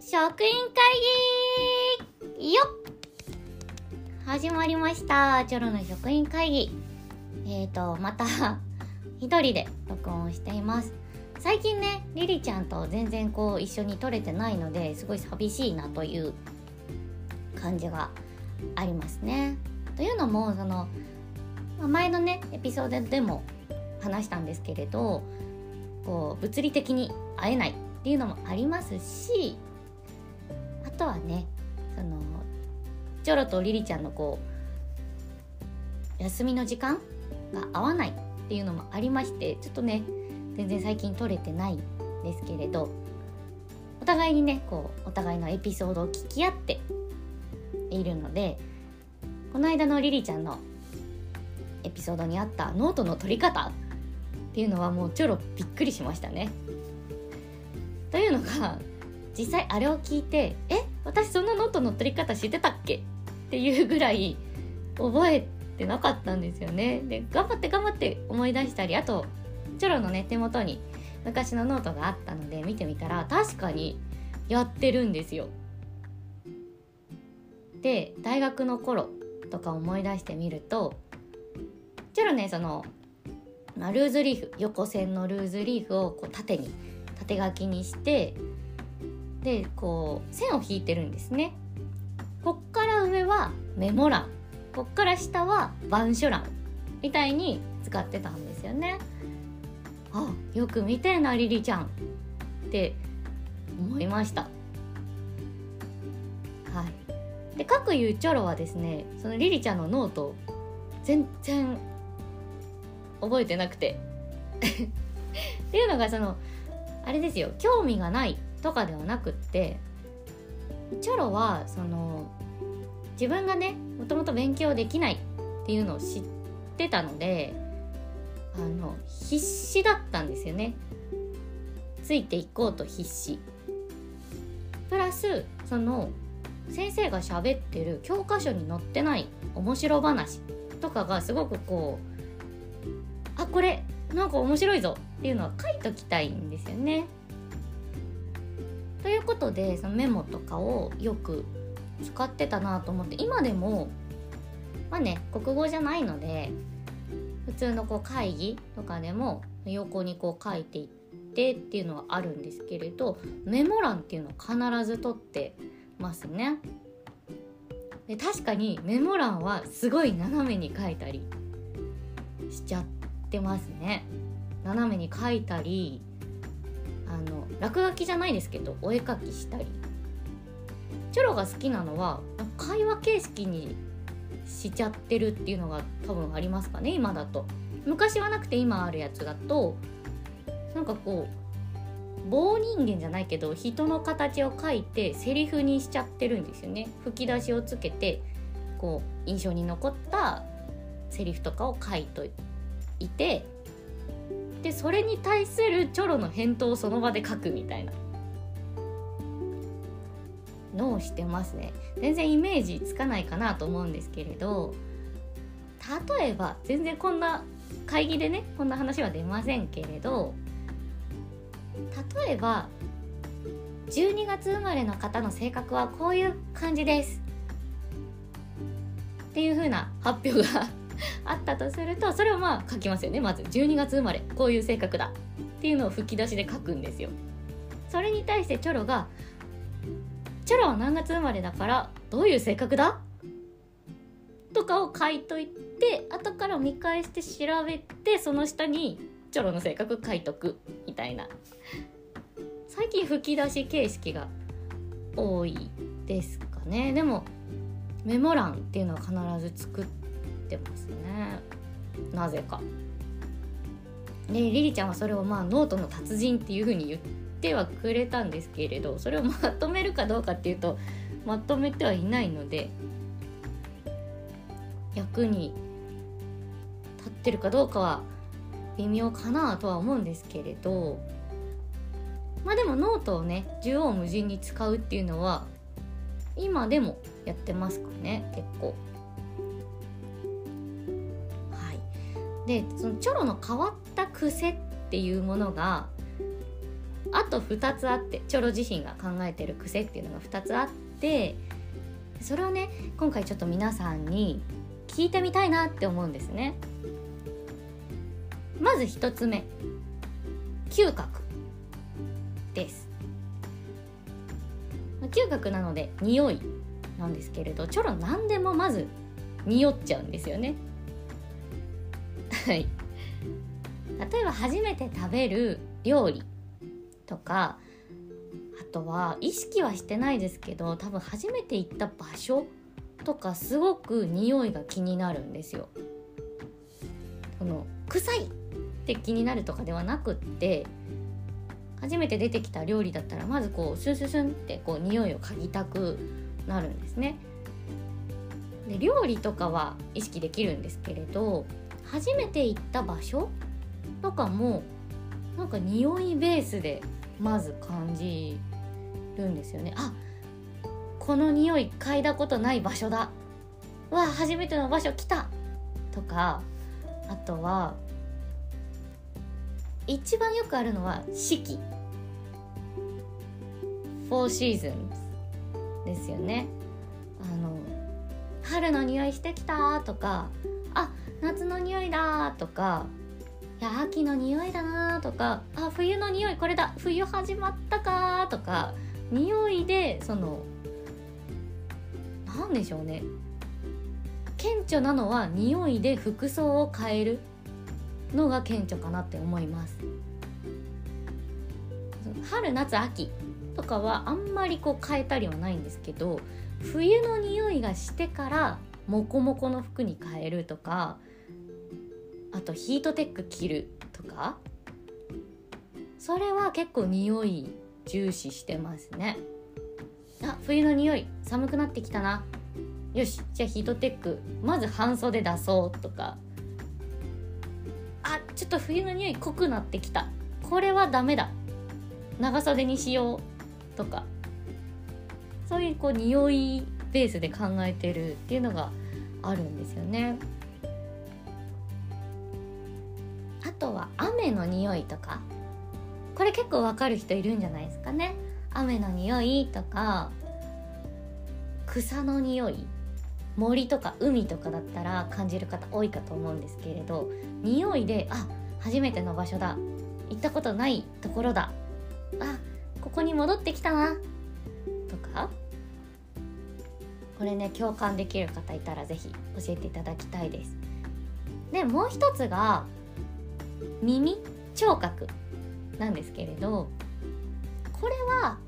職員会議よっ始まりました。チョロの職員会議。また一人で録音をしています。最近ね、リリちゃんと全然一緒に撮れてないので、すごい寂しいなという感じがありますね。というのも、前のねエピソードでも話したんですけれど、物理的に会えないっていうのもありますし、あとはね、チョロとリリちゃんの休みの時間が合わないっていうのもありまして、ちょっとね全然最近撮れてないんですけれど、お互いにねお互いのエピソードを聞き合っているので、この間のリリちゃんのエピソードにあったノートの取り方っていうのはもうチョロびっくりしましたね。というのが、実際あれを聞いて私そんなノートの取り方知ってたっけっていうぐらい覚えてなかったんですよね。で頑張って思い出したり、あとチョロのね手元に昔のノートがあったので見てみたら、確かにやってるんですよ。で大学の頃とか思い出してみると、チョロねルーズリーフ、横線のルーズリーフを縦書きにして、で線を引いてるんですね。こっから上はメモ欄、こっから下は板書欄みたいに使ってたんですよね。よく見てんなリリちゃんって思いました。でかくいうチョロはですね、そのリリちゃんのノート全然覚えてなくてっていうのがあれですよ、興味がないとかではなくって、チョロは自分がねもともと勉強できないっていうのを知ってたので、必死だったんですよね。ついていこうと必死プラス先生が喋ってる教科書に載ってない面白話とかがすごくこれなんか面白いぞっていうのは書いときたいんですよね。ということでそのメモとかをよく使ってたなと思って、今でも国語じゃないので普通の会議とかでも横に書いていってっていうのはあるんですけれど、メモ欄っていうのを必ず取ってますね。で確かにメモ欄はすごい斜めに書いたりしちゃってますね。斜めに書いたり、落書きじゃないですけどお絵描きしたり。チョロが好きなのは会話形式にしちゃってるっていうのが多分ありますかね。今だと、昔はなくて今あるやつだと棒人間じゃないけど人の形を描いてセリフにしちゃってるんですよね。吹き出しをつけて印象に残ったセリフとかを書いといて、でそれに対するチョロの返答をその場で書くみたいなのをしてますね。全然イメージつかないかなと思うんですけれど、例えば全然こんな会議でねこんな話は出ませんけれど、例えば12月生まれの方の性格はこういう感じですっていう風な発表があったとすると、それを書きますよね。まず12月生まれこういう性格だっていうのを吹き出しで書くんですよ。それに対してチョロは何月生まれだからどういう性格だとかを書いといて、後から見返して調べてその下にチョロの性格書いとくみたいな、最近吹き出し形式が多いですかね。でもメモ欄っていうのは必ず作ってますね、なぜか。リリちゃんはそれをノートの達人っていう風に言ってはくれたんですけれど、それをまとめるかどうかっていうとまとめてはいないので、役に立ってるかどうかは微妙かなとは思うんですけれど、でもノートをね縦横無尽に使うっていうのは今でもやってますかね、結構。でそのチョロの変わった癖っていうものがあと2つあって、チョロ自身が考えてる癖っていうのが2つあって、それをね今回ちょっと皆さんに聞いてみたいなって思うんですね。まず1つ目、嗅覚です。嗅覚なので匂いなんですけれど、チョロ何でもまず匂っちゃうんですよね。はい。例えば初めて食べる料理とか、あとは意識はしてないですけど、多分初めて行った場所とかすごく匂いが気になるんですよ。この臭いって気になるとかではなくって、初めて出てきた料理だったらまずこうスンスンスンってこう匂いを嗅ぎたくなるんですね。で料理とかは意識できるんですけれど、初めて行った場所とかもなんか匂いベースでまず感じるんですよね。あ、この匂い嗅いだことない場所だ、わあ初めての場所来たとか、あとは一番よくあるのは四季、Four Seasons ですよね。春の匂いしてきたとか、あ、夏の匂いだとか、いや秋の匂いだなとか、あ、冬の匂いこれだ、冬始まったかとか、匂いでそのなんでしょうね、顕著なのは匂いで服装を変えるのが顕著かなって思います。春夏秋とかはあんまりこう変えたりはないんですけど、冬の匂いがしてからモコモコの服に変えるとか、あとヒートテック着るとか、それは結構匂い重視してますね。あ、冬の匂い寒くなってきたな、よしじゃあヒートテックまず半袖出そうとか、あ、ちょっと冬の匂い濃くなってきた、これはダメだ、長袖にしようとか、そういうこう匂いベースで考えてるっていうのがあるんですよね。あとは雨の匂いとか、これ結構わかる人いるんじゃないですかね。雨の匂いとか草の匂い、森とか海とかだったら感じる方多いかと思うんですけれど、匂いで、あ、初めての場所だ、行ったことないところだ、あ、ここに戻ってきたなとか、これね共感できる方いたらぜひ教えていただきたいです。でもう一つが耳、聴覚なんですけれど、これは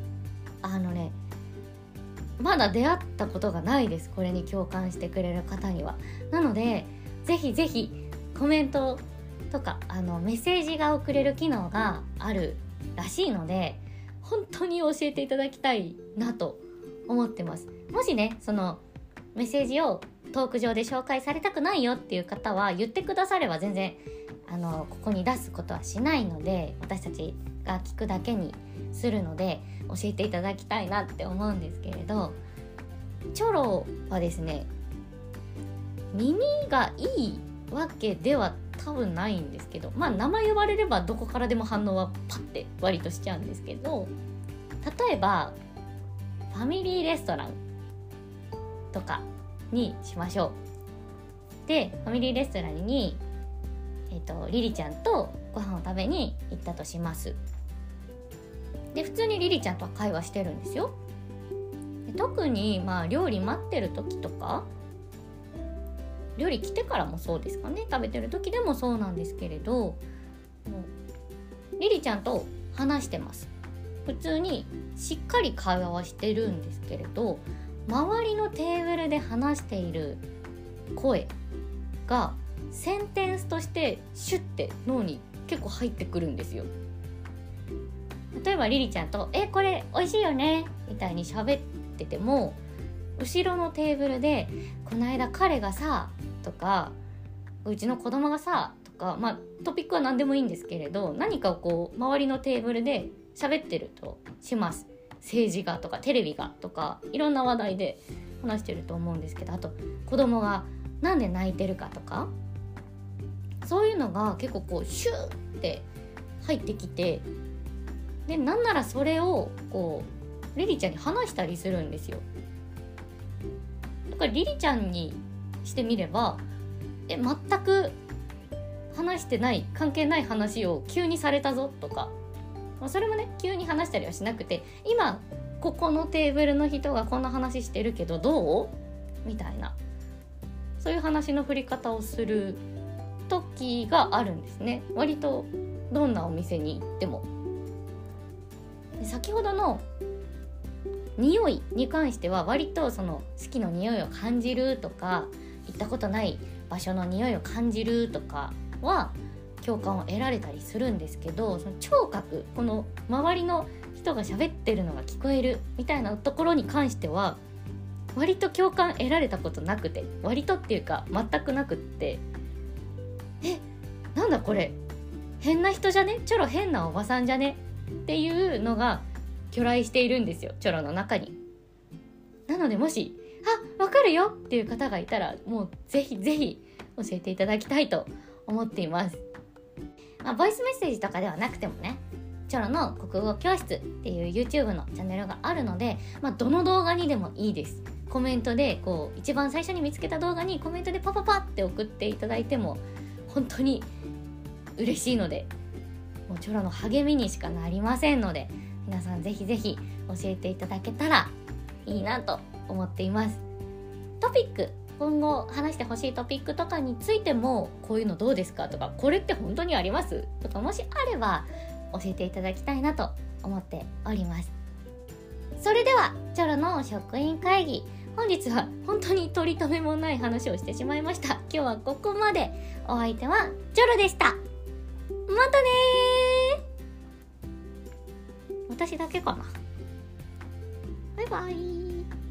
まだ出会ったことがないです、これに共感してくれる方には。なのでぜひぜひコメントとかメッセージが送れる機能があるらしいので、本当に教えていただきたいなと思ってます。もしねそのメッセージをトーク上で紹介されたくないよっていう方は言ってくだされば全然ここに出すことはしないので、私たちが聞くだけにするので教えていただきたいなって思うんですけれど、チョロはですね、耳がいいわけでは多分ないんですけど、まあ名前呼ばれればどこからでも反応はパッて割としちゃうんですけど、例えばファミリーレストランとかにしましょう。でファミリーレストランにリリちゃんとご飯を食べに行ったとします。で普通にリリちゃんとは会話してるんですよ。で特に料理待ってる時とか、料理来てからもそうですかね、食べてる時でもそうなんですけれど、リリちゃんと話してます。普通にしっかり会話はしてるんですけれど、周りのテーブルで話している声がセンテンスとしてシュッて脳に結構入ってくるんですよ。例えばリリちゃんとこれ美味しいよねみたいに喋ってても、後ろのテーブルでこの間彼がさとか、うちの子供がさとか、トピックは何でもいいんですけれど、何かをこう周りのテーブルで喋ってるとします。政治がとかテレビがとかいろんな話題で話してると思うんですけど、あと子供がなんで泣いてるかとか、そういうのが結構こうシューって入ってきて、 でなんならそれをこうリリちゃんに話したりするんですよ。だからリリちゃんにしてみれば全く話してない関係ない話を急にされたぞとか、それもね急に話したりはしなくて、今ここのテーブルの人がこんな話してるけどどうみたいな、そういう話の振り方をする時があるんですね。割とどんなお店に行っても。で先ほどの匂いに関しては割とその好きの匂いを感じるとか、行ったことない場所の匂いを感じるとかは共感を得られたりするんですけど、その聴覚、この周りの人が喋ってるのが聞こえるみたいなところに関しては割と共感得られたことなくて、割とっていうか全くなくって、なんだこれ変な人じゃね、チョロ変なおばさんじゃねっていうのが去来しているんですよ、チョロの中に。なのでもしわかるよっていう方がいたら、もうぜひぜひ教えていただきたいと思っています。ボイスメッセージとかではなくてもね、チョロの国語教室っていう YouTube のチャンネルがあるので、どの動画にでもいいです。コメントでこう一番最初に見つけた動画にコメントでパパパって送っていただいても本当に嬉しいので、もうチョロの励みにしかなりませんので、皆さんぜひぜひ教えていただけたらいいなと思っています。トピック、今後話してほしいトピックとかについても、こういうのどうですかとか、これって本当にありますとか、もしあれば教えていただきたいなと思っております。それではチョロの職員会議、本日は本当に取り留めもない話をしてしまいました。今日はここまで。お相手はチョロでした。またねー。私だけかな。バイバイ。